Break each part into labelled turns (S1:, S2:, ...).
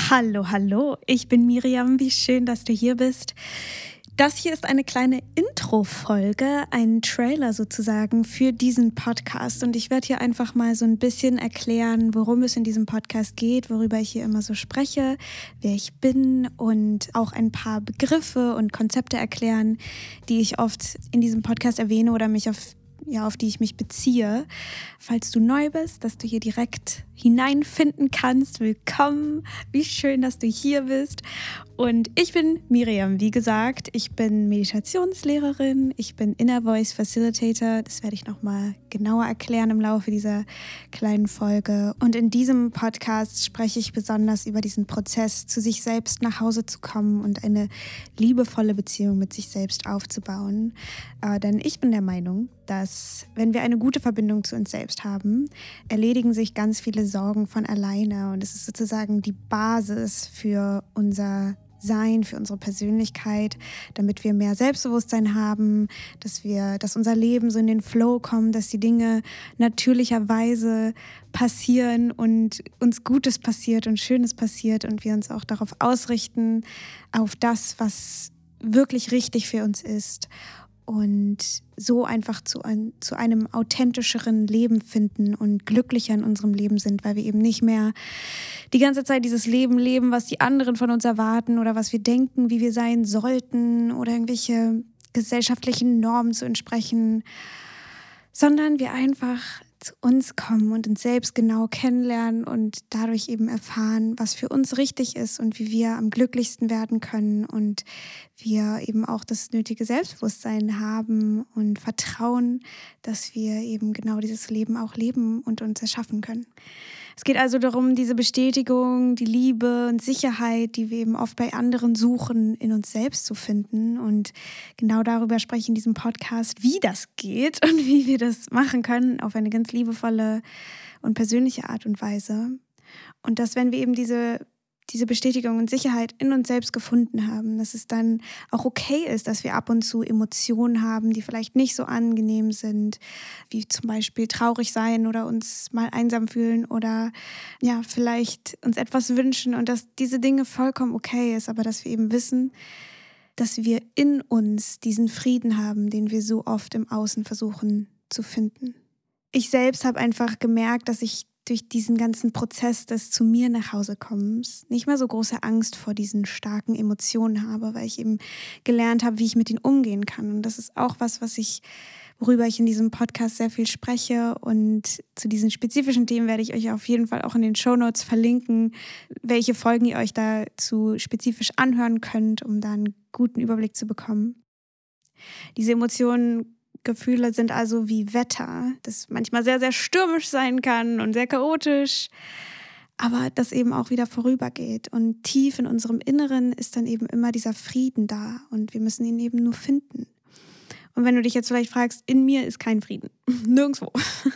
S1: Hallo, hallo, ich bin Miriam, wie schön, dass du hier bist. Das hier ist eine kleine Intro-Folge, ein Trailer sozusagen für diesen Podcast und ich werde hier einfach mal so ein bisschen erklären, worum es in diesem Podcast geht, worüber ich hier immer so spreche, wer ich bin und auch ein paar Begriffe und Konzepte erklären, die ich oft in diesem Podcast erwähne oder auf die ich mich beziehe. Falls du neu bist, dass du hier direkt hineinfinden kannst, willkommen. Wie schön, dass du hier bist. Und ich bin Miriam, wie gesagt. Ich bin Meditationslehrerin, ich bin Inner Voice Facilitator. Das werde ich nochmal genauer erklären im Laufe dieser kleinen Folge. Und in diesem Podcast spreche ich besonders über diesen Prozess, zu sich selbst nach Hause zu kommen und eine liebevolle Beziehung mit sich selbst aufzubauen. Denn ich bin der Meinung, dass wenn wir eine gute Verbindung zu uns selbst haben, erledigen sich ganz viele Sorgen von alleine. Und es ist sozusagen die Basis für unser Sein, für unsere Persönlichkeit, damit wir mehr Selbstbewusstsein haben, dass unser Leben so in den Flow kommt, dass die Dinge natürlicherweise passieren und uns Gutes passiert und Schönes passiert und wir uns auch darauf ausrichten, auf das, was wirklich richtig für uns ist. Und so einfach zu einem authentischeren Leben finden und glücklicher in unserem Leben sind, weil wir eben nicht mehr die ganze Zeit dieses Leben leben, was die anderen von uns erwarten oder was wir denken, wie wir sein sollten oder irgendwelche gesellschaftlichen Normen zu entsprechen, sondern wir einfach zu uns kommen und uns selbst genau kennenlernen und dadurch eben erfahren, was für uns richtig ist und wie wir am glücklichsten werden können und wir eben auch das nötige Selbstbewusstsein haben und Vertrauen, dass wir eben genau dieses Leben auch leben und uns erschaffen können. Es geht also darum, diese Bestätigung, die Liebe und Sicherheit, die wir eben oft bei anderen suchen, in uns selbst zu finden. Und genau darüber spreche ich in diesem Podcast, wie das geht und wie wir das machen können auf eine ganz liebevolle und persönliche Art und Weise. Und dass, wenn wir eben diese Bestätigung und Sicherheit in uns selbst gefunden haben, dass es dann auch okay ist, dass wir ab und zu Emotionen haben, die vielleicht nicht so angenehm sind, wie zum Beispiel traurig sein oder uns mal einsam fühlen oder ja, vielleicht uns etwas wünschen und dass diese Dinge vollkommen okay ist, aber dass wir eben wissen, dass wir in uns diesen Frieden haben, den wir so oft im Außen versuchen zu finden. Ich selbst habe einfach gemerkt, dass ich durch diesen ganzen Prozess des zu mir nach Hause kommens nicht mehr so große Angst vor diesen starken Emotionen habe, weil ich eben gelernt habe, wie ich mit ihnen umgehen kann. Und das ist auch worüber ich in diesem Podcast sehr viel spreche. Und zu diesen spezifischen Themen werde ich euch auf jeden Fall auch in den Shownotes verlinken, welche Folgen ihr euch dazu spezifisch anhören könnt, um da einen guten Überblick zu bekommen. Diese Gefühle sind also wie Wetter, das manchmal sehr, sehr stürmisch sein kann und sehr chaotisch, aber das eben auch wieder vorübergeht. Und tief in unserem Inneren ist dann eben immer dieser Frieden da und wir müssen ihn eben nur finden. Und wenn du dich jetzt vielleicht fragst, in mir ist kein Frieden, nirgendwo,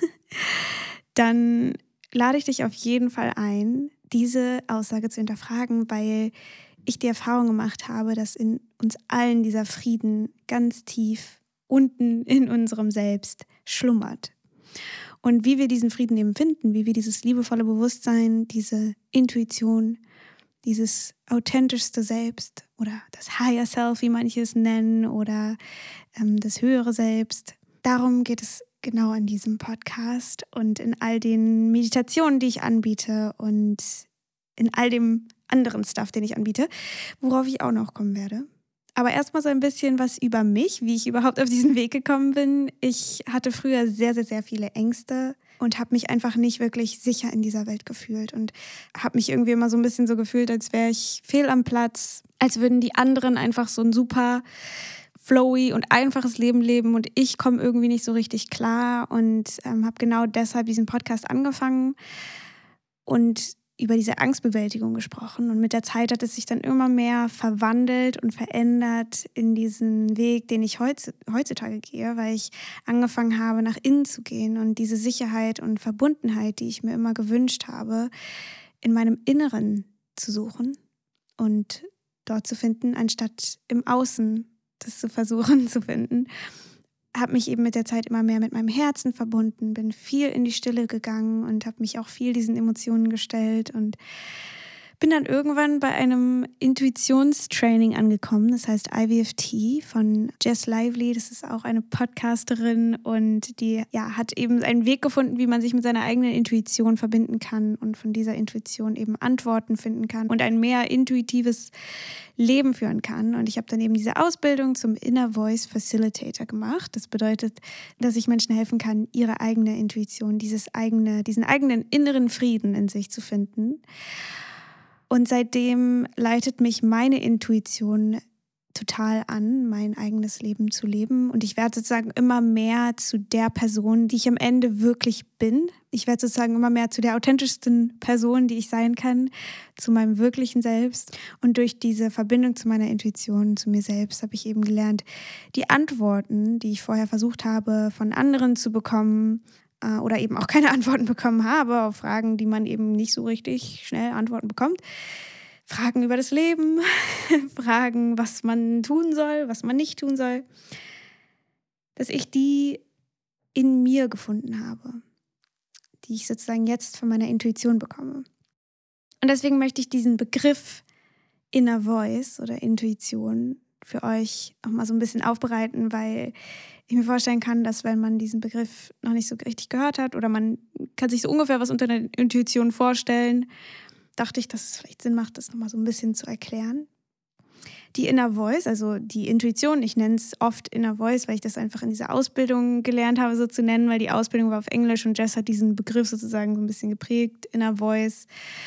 S1: dann lade ich dich auf jeden Fall ein, diese Aussage zu hinterfragen, weil ich die Erfahrung gemacht habe, dass in uns allen dieser Frieden ganz tief unten in unserem Selbst schlummert. Und wie wir diesen Frieden eben finden, wie wir dieses liebevolle Bewusstsein, diese Intuition, dieses authentischste Selbst oder das Higher Self, wie manche es nennen, oder das höhere Selbst. Darum geht es genau in diesem Podcast und in all den Meditationen, die ich anbiete und in all dem anderen Stuff, den ich anbiete, worauf ich auch noch kommen werde. Aber erstmal so ein bisschen was über mich, wie ich überhaupt auf diesen Weg gekommen bin. Ich hatte früher sehr, sehr, sehr viele Ängste und habe mich einfach nicht wirklich sicher in dieser Welt gefühlt und habe mich irgendwie immer so ein bisschen so gefühlt, als wäre ich fehl am Platz, als würden die anderen einfach so ein super flowy und einfaches Leben leben und ich komme irgendwie nicht so richtig klar und habe genau deshalb diesen Podcast angefangen und über diese Angstbewältigung gesprochen. Und mit der Zeit hat es sich dann immer mehr verwandelt und verändert in diesen Weg, den ich heutzutage gehe, weil ich angefangen habe, nach innen zu gehen und diese Sicherheit und Verbundenheit, die ich mir immer gewünscht habe, in meinem Inneren zu suchen und dort zu finden, anstatt im Außen das zu versuchen zu finden. Habe mich eben mit der Zeit immer mehr mit meinem Herzen verbunden, bin viel in die Stille gegangen und habe mich auch viel diesen Emotionen gestellt und bin dann irgendwann bei einem Intuitionstraining angekommen, das heißt IVFT von Jess Lively. Das ist auch eine Podcasterin und die hat eben einen Weg gefunden, wie man sich mit seiner eigenen Intuition verbinden kann und von dieser Intuition eben Antworten finden kann und ein mehr intuitives Leben führen kann. Und ich habe dann eben diese Ausbildung zum Inner Voice Facilitator gemacht. Das bedeutet, dass ich Menschen helfen kann, ihre eigene Intuition, diesen eigenen inneren Frieden in sich zu finden. Und seitdem leitet mich meine Intuition total an, mein eigenes Leben zu leben. Und ich werde sozusagen immer mehr zu der Person, die ich am Ende wirklich bin. Ich werde sozusagen immer mehr zu der authentischsten Person, die ich sein kann, zu meinem wirklichen Selbst. Und durch diese Verbindung zu meiner Intuition, zu mir selbst, habe ich eben gelernt, die Antworten, die ich vorher versucht habe, von anderen zu bekommen, oder eben auch keine Antworten bekommen habe auf Fragen, die man eben nicht so richtig schnell Antworten bekommt. Fragen über das Leben, Fragen, was man tun soll, was man nicht tun soll, dass ich die in mir gefunden habe, die ich sozusagen jetzt von meiner Intuition bekomme. Und deswegen möchte ich diesen Begriff Inner Voice oder Intuition für euch auch mal so ein bisschen aufbereiten, weil ich mir vorstellen kann, dass wenn man diesen Begriff noch nicht so richtig gehört hat oder man kann sich so ungefähr was unter der Intuition vorstellen, dachte ich, dass es vielleicht Sinn macht, das nochmal so ein bisschen zu erklären. Die Inner Voice, also die Intuition, ich nenne es oft Inner Voice, weil ich das einfach in dieser Ausbildung gelernt habe, so zu nennen, weil die Ausbildung war auf Englisch und Jess hat diesen Begriff sozusagen so ein bisschen geprägt, Inner Voice.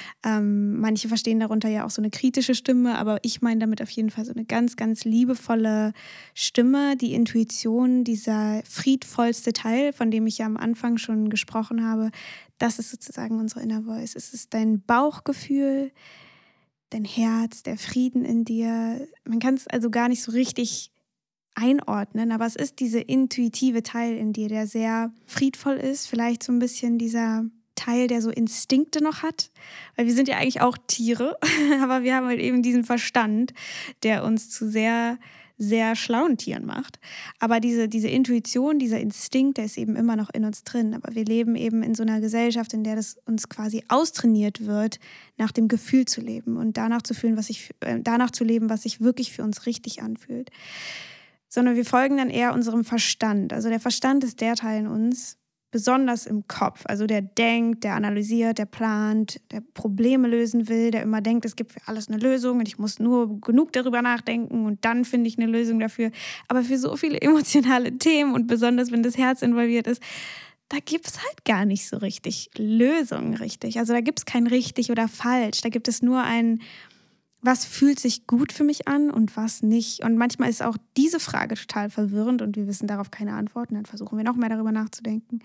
S1: Manche verstehen darunter ja auch so eine kritische Stimme, aber ich meine damit auf jeden Fall so eine ganz, ganz liebevolle Stimme. Die Intuition, dieser friedvollste Teil, von dem ich ja am Anfang schon gesprochen habe, das ist sozusagen unsere Inner Voice. Es ist dein Bauchgefühl, dein Herz, der Frieden in dir. Man kann es also gar nicht so richtig einordnen, aber es ist dieser intuitive Teil in dir, der sehr friedvoll ist, vielleicht so ein bisschen dieser Teil, der so Instinkte noch hat, weil wir sind ja eigentlich auch Tiere, aber wir haben halt eben diesen Verstand, der uns zu sehr, sehr schlauen Tieren macht. Aber diese Intuition, dieser Instinkt, der ist eben immer noch in uns drin. Aber wir leben eben in so einer Gesellschaft, in der das uns quasi austrainiert wird, nach dem Gefühl zu leben und danach zu leben, was sich wirklich für uns richtig anfühlt. Sondern wir folgen dann eher unserem Verstand. Also der Verstand ist der Teil in uns, besonders im Kopf, also der denkt, der analysiert, der plant, der Probleme lösen will, der immer denkt, es gibt für alles eine Lösung und ich muss nur genug darüber nachdenken und dann finde ich eine Lösung dafür. Aber für so viele emotionale Themen und besonders, wenn das Herz involviert ist, da gibt es halt gar nicht so richtig Lösungen richtig. Also da gibt es kein richtig oder falsch, da gibt es nur ein, was fühlt sich gut für mich an und was nicht. Und manchmal ist auch diese Frage total verwirrend und wir wissen darauf keine Antworten. Dann versuchen wir noch mehr darüber nachzudenken.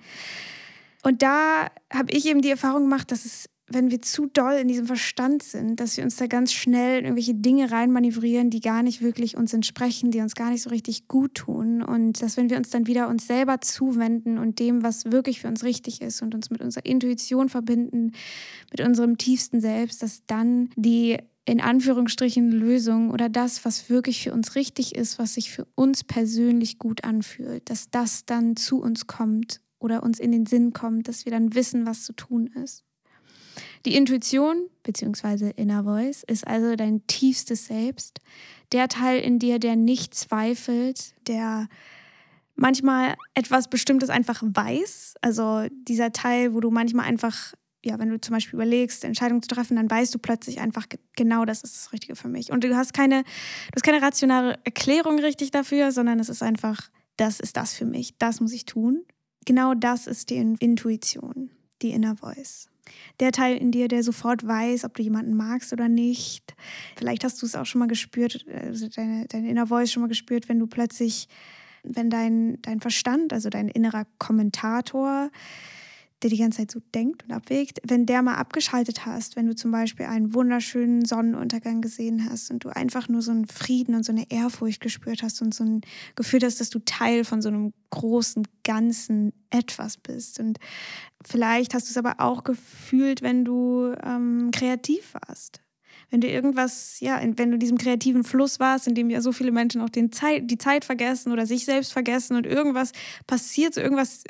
S1: Und da habe ich eben die Erfahrung gemacht, dass es, wenn wir zu doll in diesem Verstand sind, dass wir uns da ganz schnell in irgendwelche Dinge reinmanövrieren, die gar nicht wirklich uns entsprechen, die uns gar nicht so richtig gut tun. Und dass, wenn wir uns dann wieder uns selber zuwenden und dem, was wirklich für uns richtig ist und uns mit unserer Intuition verbinden, mit unserem tiefsten Selbst, dass dann die in Anführungsstrichen Lösung oder das, was wirklich für uns richtig ist, was sich für uns persönlich gut anfühlt, dass das dann zu uns kommt oder uns in den Sinn kommt, dass wir dann wissen, was zu tun ist. Die Intuition bzw. Inner Voice ist also dein tiefstes Selbst, der Teil in dir, der nicht zweifelt, der manchmal etwas Bestimmtes einfach weiß, also dieser Teil, wo du manchmal einfach, wenn du zum Beispiel überlegst, Entscheidungen zu treffen, dann weißt du plötzlich einfach genau, das ist das Richtige für mich. Und du hast keine rationale Erklärung richtig dafür, sondern es ist einfach, das ist das für mich, das muss ich tun. Genau das ist die Intuition, die Inner Voice. Der Teil in dir, der sofort weiß, ob du jemanden magst oder nicht. Vielleicht hast du es auch schon mal gespürt, also deine Inner Voice schon mal gespürt, wenn du plötzlich, wenn dein Verstand, also dein innerer Kommentator, der die ganze Zeit so denkt und abwägt, wenn der mal abgeschaltet hast, wenn du zum Beispiel einen wunderschönen Sonnenuntergang gesehen hast und du einfach nur so einen Frieden und so eine Ehrfurcht gespürt hast und so ein Gefühl hast, dass du Teil von so einem großen, ganzen Etwas bist. Und vielleicht hast du es aber auch gefühlt, wenn du kreativ warst. Wenn du irgendwas, wenn du in diesem kreativen Fluss warst, in dem ja so viele Menschen auch die Zeit vergessen oder sich selbst vergessen und irgendwas passiert, so irgendwas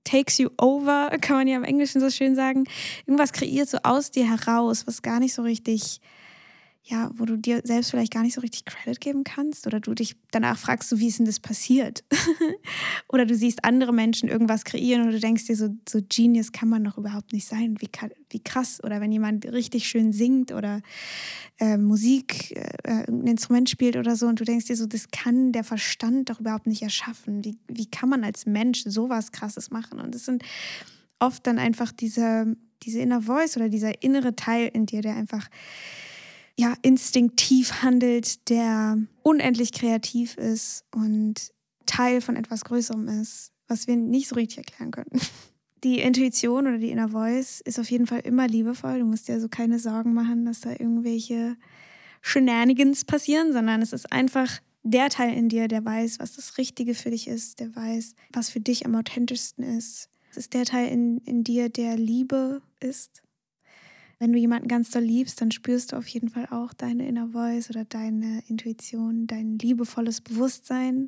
S1: takes you over, kann man ja im Englischen so schön sagen. Irgendwas kreiert so aus dir heraus, was gar nicht so richtig, ja, wo du dir selbst vielleicht gar nicht so richtig Credit geben kannst oder du dich danach fragst, so, wie ist denn das passiert? Oder du siehst andere Menschen irgendwas kreieren und du denkst dir, so Genius kann man doch überhaupt nicht sein, wie krass. Oder wenn jemand richtig schön singt oder Musik, irgendein Instrument spielt oder so und du denkst dir so, das kann der Verstand doch überhaupt nicht erschaffen. Wie kann man als Mensch sowas Krasses machen? Und es sind oft dann einfach diese Inner Voice oder dieser innere Teil in dir, der einfach ja, instinktiv handelt, der unendlich kreativ ist und Teil von etwas Größerem ist, was wir nicht so richtig erklären können. Die Intuition oder die Inner Voice ist auf jeden Fall immer liebevoll. Du musst dir also keine Sorgen machen, dass da irgendwelche Shenanigans passieren, sondern es ist einfach der Teil in dir, der weiß, was das Richtige für dich ist, der weiß, was für dich am authentischsten ist. Es ist der Teil in dir, der Liebe ist. Wenn du jemanden ganz doll liebst, dann spürst du auf jeden Fall auch deine Inner Voice oder deine Intuition, dein liebevolles Bewusstsein.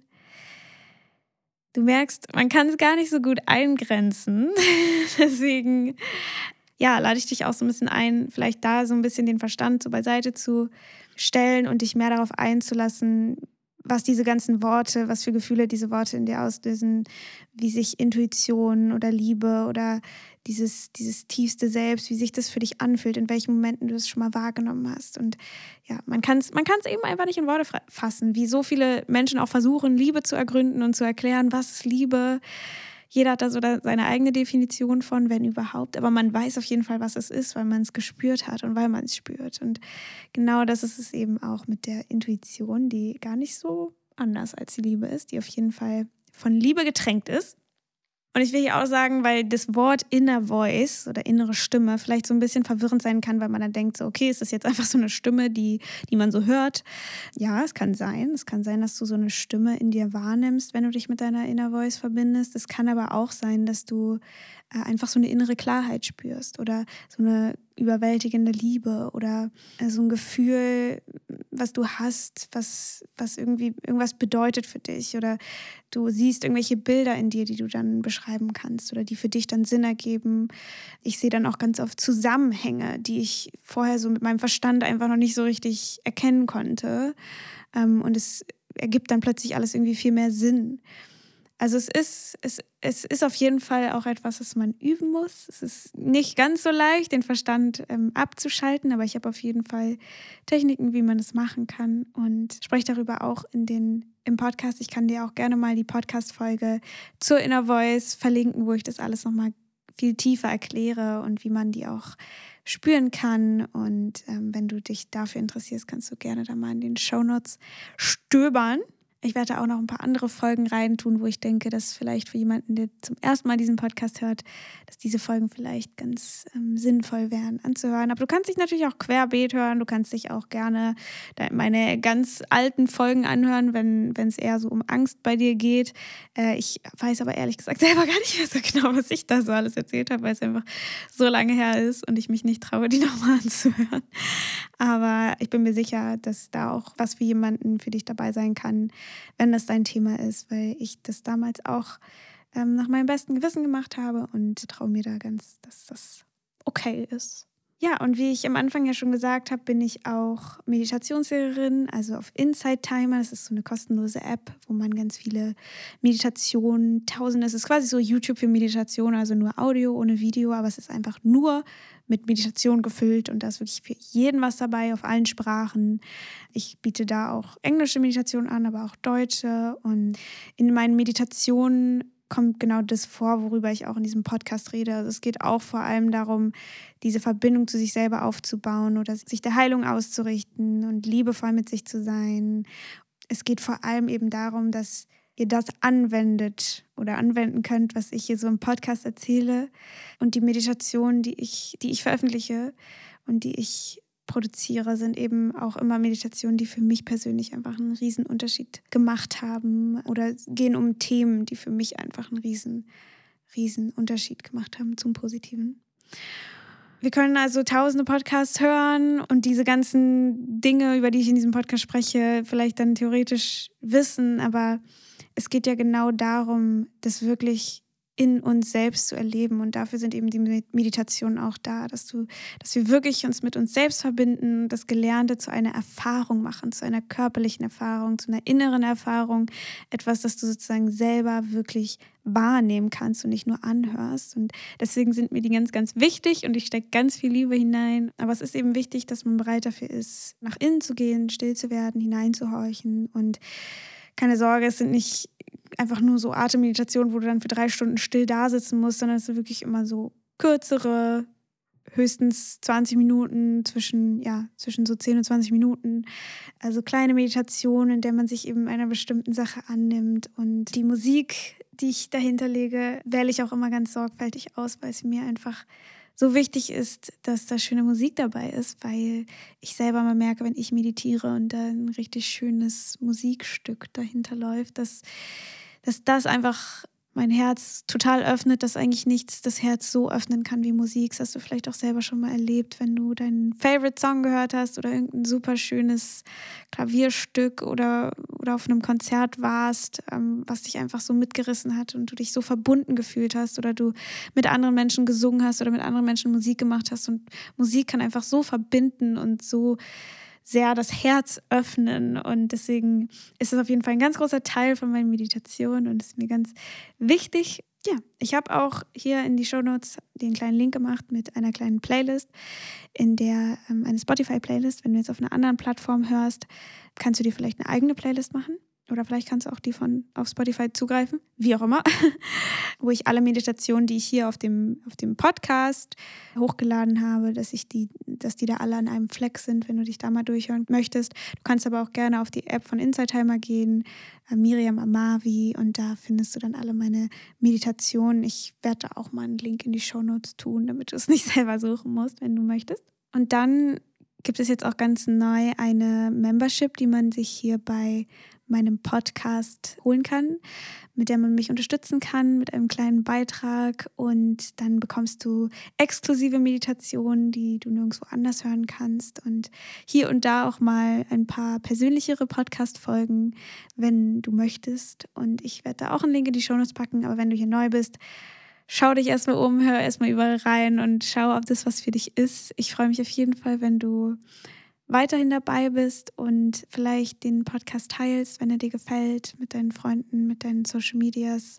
S1: Du merkst, man kann es gar nicht so gut eingrenzen. Deswegen, ja, lade ich dich auch so ein bisschen ein, vielleicht da so ein bisschen den Verstand so beiseite zu stellen und dich mehr darauf einzulassen, was diese ganzen Worte, was für Gefühle diese Worte in dir auslösen, wie sich Intuition oder Liebe oder dieses tiefste Selbst, wie sich das für dich anfühlt, in welchen Momenten du es schon mal wahrgenommen hast. Und ja, man kann es eben einfach nicht in Worte fassen, wie so viele Menschen auch versuchen, Liebe zu ergründen und zu erklären, was ist Liebe. Jeder hat da so seine eigene Definition von, wenn überhaupt. Aber man weiß auf jeden Fall, was es ist, weil man es gespürt hat und weil man es spürt. Und genau das ist es eben auch mit der Intuition, die gar nicht so anders als die Liebe ist, die auf jeden Fall von Liebe getränkt ist. Und ich will hier auch sagen, weil das Wort Inner Voice oder innere Stimme vielleicht so ein bisschen verwirrend sein kann, weil man dann denkt, so okay, ist das jetzt einfach so eine Stimme, die man so hört? Ja, es kann sein. Es kann sein, dass du so eine Stimme in dir wahrnimmst, wenn du dich mit deiner Inner Voice verbindest. Es kann aber auch sein, dass du einfach so eine innere Klarheit spürst oder so eine überwältigende Liebe oder so ein Gefühl, was du hast, was irgendwie irgendwas bedeutet für dich oder du siehst irgendwelche Bilder in dir, die du dann beschreiben kannst oder die für dich dann Sinn ergeben. Ich sehe dann auch ganz oft Zusammenhänge, die ich vorher so mit meinem Verstand einfach noch nicht so richtig erkennen konnte. Und es ergibt dann plötzlich alles irgendwie viel mehr Sinn. Also es ist auf jeden Fall auch etwas, das man üben muss. Es ist nicht ganz so leicht, den Verstand abzuschalten, aber ich habe auf jeden Fall Techniken, wie man das machen kann und spreche darüber auch im Podcast. Ich kann dir auch gerne mal die Podcast-Folge zur Inner Voice verlinken, wo ich das alles nochmal viel tiefer erkläre und wie man die auch spüren kann. Und wenn du dich dafür interessierst, kannst du gerne da mal in den Shownotes stöbern. Ich werde auch noch ein paar andere Folgen reintun, wo ich denke, dass vielleicht für jemanden, der zum ersten Mal diesen Podcast hört, dass diese Folgen vielleicht ganz sinnvoll wären anzuhören. Aber du kannst dich natürlich auch querbeet hören. Du kannst dich auch gerne meine ganz alten Folgen anhören, wenn es eher so um Angst bei dir geht. Ich weiß aber ehrlich gesagt selber gar nicht mehr so genau, was ich da so alles erzählt habe, weil es einfach so lange her ist und ich mich nicht traue, die nochmal anzuhören. Aber ich bin mir sicher, dass da auch was für jemanden für dich dabei sein kann, wenn das dein Thema ist, weil ich das damals auch nach meinem besten Gewissen gemacht habe und traue mir da ganz, dass das okay ist. Ja, und wie ich am Anfang ja schon gesagt habe, bin ich auch Meditationslehrerin, also auf Insight Timer. Das ist so eine kostenlose App, wo man ganz viele Meditationen, Tausende, es ist quasi so YouTube für Meditation, also nur Audio, ohne Video, aber es ist einfach nur mit Meditation gefüllt und da ist wirklich für jeden was dabei, auf allen Sprachen. Ich biete da auch englische Meditationen an, aber auch deutsche und in meinen Meditationen kommt genau das vor, worüber ich auch in diesem Podcast rede. Also es geht auch vor allem darum, diese Verbindung zu sich selber aufzubauen oder sich der Heilung auszurichten und liebevoll mit sich zu sein. Es geht vor allem eben darum, dass ihr das anwendet oder anwenden könnt, was ich hier so im Podcast erzähle. Und die Meditationen, die ich veröffentliche und die ich produziere, sind eben auch immer Meditationen, die für mich persönlich einfach einen riesen Unterschied gemacht haben oder gehen um Themen, die für mich einfach einen riesen Unterschied gemacht haben zum Positiven. Wir können also tausende Podcasts hören und diese ganzen Dinge, über die ich in diesem Podcast spreche, vielleicht dann theoretisch wissen, aber es geht ja genau darum, das wirklich in uns selbst zu erleben. Und dafür sind eben die Meditationen auch da, dass wir wirklich uns mit uns selbst verbinden, das Gelernte zu einer Erfahrung machen, zu einer körperlichen Erfahrung, zu einer inneren Erfahrung, etwas, das du sozusagen selber wirklich wahrnehmen kannst und nicht nur anhörst. Und deswegen sind mir die ganz, ganz wichtig und ich stecke ganz viel Liebe hinein. Aber es ist eben wichtig, dass man bereit dafür ist, nach innen zu gehen, still zu werden, hineinzuhorchen. Und keine Sorge, es sind nicht einfach nur so Atemmeditationen, wo du dann für 3 Stunden still da sitzen musst, sondern es sind wirklich immer so kürzere, höchstens 20 Minuten, zwischen so 10 und 20 Minuten. Also kleine Meditationen, in der man sich eben einer bestimmten Sache annimmt. Und die Musik, die ich dahinter lege, wähle ich auch immer ganz sorgfältig aus, weil es mir einfach so wichtig ist, dass da schöne Musik dabei ist, weil ich selber mal merke, wenn ich meditiere und da ein richtig schönes Musikstück dahinter läuft, dass das einfach mein Herz total öffnet, dass eigentlich nichts das Herz so öffnen kann wie Musik. Das hast du vielleicht auch selber schon mal erlebt, wenn du deinen Favorite-Song gehört hast oder irgendein super schönes Klavierstück oder auf einem Konzert warst, was dich einfach so mitgerissen hat und du dich so verbunden gefühlt hast oder du mit anderen Menschen gesungen hast oder mit anderen Menschen Musik gemacht hast. Und Musik kann einfach so verbinden und so sehr das Herz öffnen, und deswegen ist es auf jeden Fall ein ganz großer Teil von meinen Meditationen und ist mir ganz wichtig. Ja, ich habe auch hier in die Shownotes den kleinen Link gemacht mit einer kleinen Playlist, in der eine Spotify-Playlist. Wenn du jetzt auf einer anderen Plattform hörst, kannst du dir vielleicht eine eigene Playlist machen. Oder vielleicht kannst du auch die auf Spotify zugreifen, wie auch immer, wo ich alle Meditationen, die ich hier auf dem Podcast hochgeladen habe, dass die da alle an einem Fleck sind, wenn du dich da mal durchhören möchtest. Du kannst aber auch gerne auf die App von Insight Timer gehen, Miriam Amavi, und da findest du dann alle meine Meditationen. Ich werde da auch mal einen Link in die Shownotes tun, damit du es nicht selber suchen musst, wenn du möchtest. Und dann gibt es jetzt auch ganz neu eine Membership, die man sich hier bei meinem Podcast holen kann, mit der man mich unterstützen kann mit einem kleinen Beitrag, und dann bekommst du exklusive Meditationen, die du nirgendwo anders hören kannst, und hier und da auch mal ein paar persönlichere Podcast-Folgen, wenn du möchtest, und ich werde da auch einen Link in die Shownotes packen, aber wenn du hier neu bist, schau dich erstmal um, hör erstmal überall rein und schau, ob das was für dich ist. Ich freue mich auf jeden Fall, wenn du weiterhin dabei bist und vielleicht den Podcast teilst, wenn er dir gefällt, mit deinen Freunden, mit deinen Social Medias.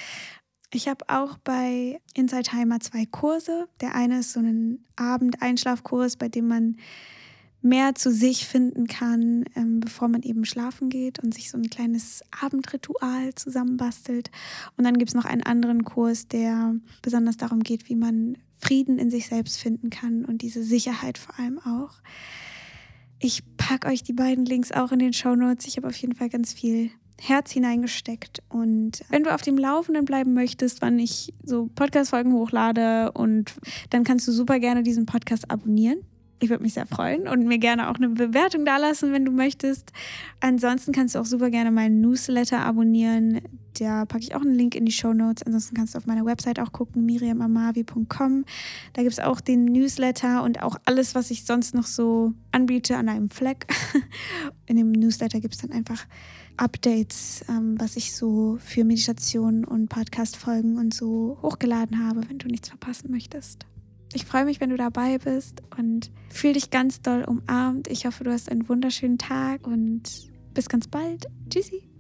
S1: Ich habe auch bei Insight Timer 2 Kurse. Der eine ist so ein Abend-Einschlafkurs, bei dem man mehr zu sich finden kann, bevor man eben schlafen geht und sich so ein kleines Abendritual zusammenbastelt. Und dann gibt es noch einen anderen Kurs, der besonders darum geht, wie man Frieden in sich selbst finden kann und diese Sicherheit vor allem auch. Ich packe euch die beiden Links auch in den Shownotes. Ich habe auf jeden Fall ganz viel Herz hineingesteckt. Und wenn du auf dem Laufenden bleiben möchtest, wann ich so Podcast-Folgen hochlade, und dann kannst du super gerne diesen Podcast abonnieren. Ich würde mich sehr freuen und mir gerne auch eine Bewertung dalassen, wenn du möchtest. Ansonsten kannst du auch super gerne meinen Newsletter abonnieren. Da packe ich auch einen Link in die Shownotes. Ansonsten kannst du auf meiner Website auch gucken, miriamamavi.com. Da gibt es auch den Newsletter und auch alles, was ich sonst noch so anbiete, an einem Fleck. In dem Newsletter gibt es dann einfach Updates, was ich so für Meditationen und Podcast-Folgen und so hochgeladen habe, wenn du nichts verpassen möchtest. Ich freue mich, wenn du dabei bist, und fühl dich ganz doll umarmt. Ich hoffe, du hast einen wunderschönen Tag und bis ganz bald. Tschüssi.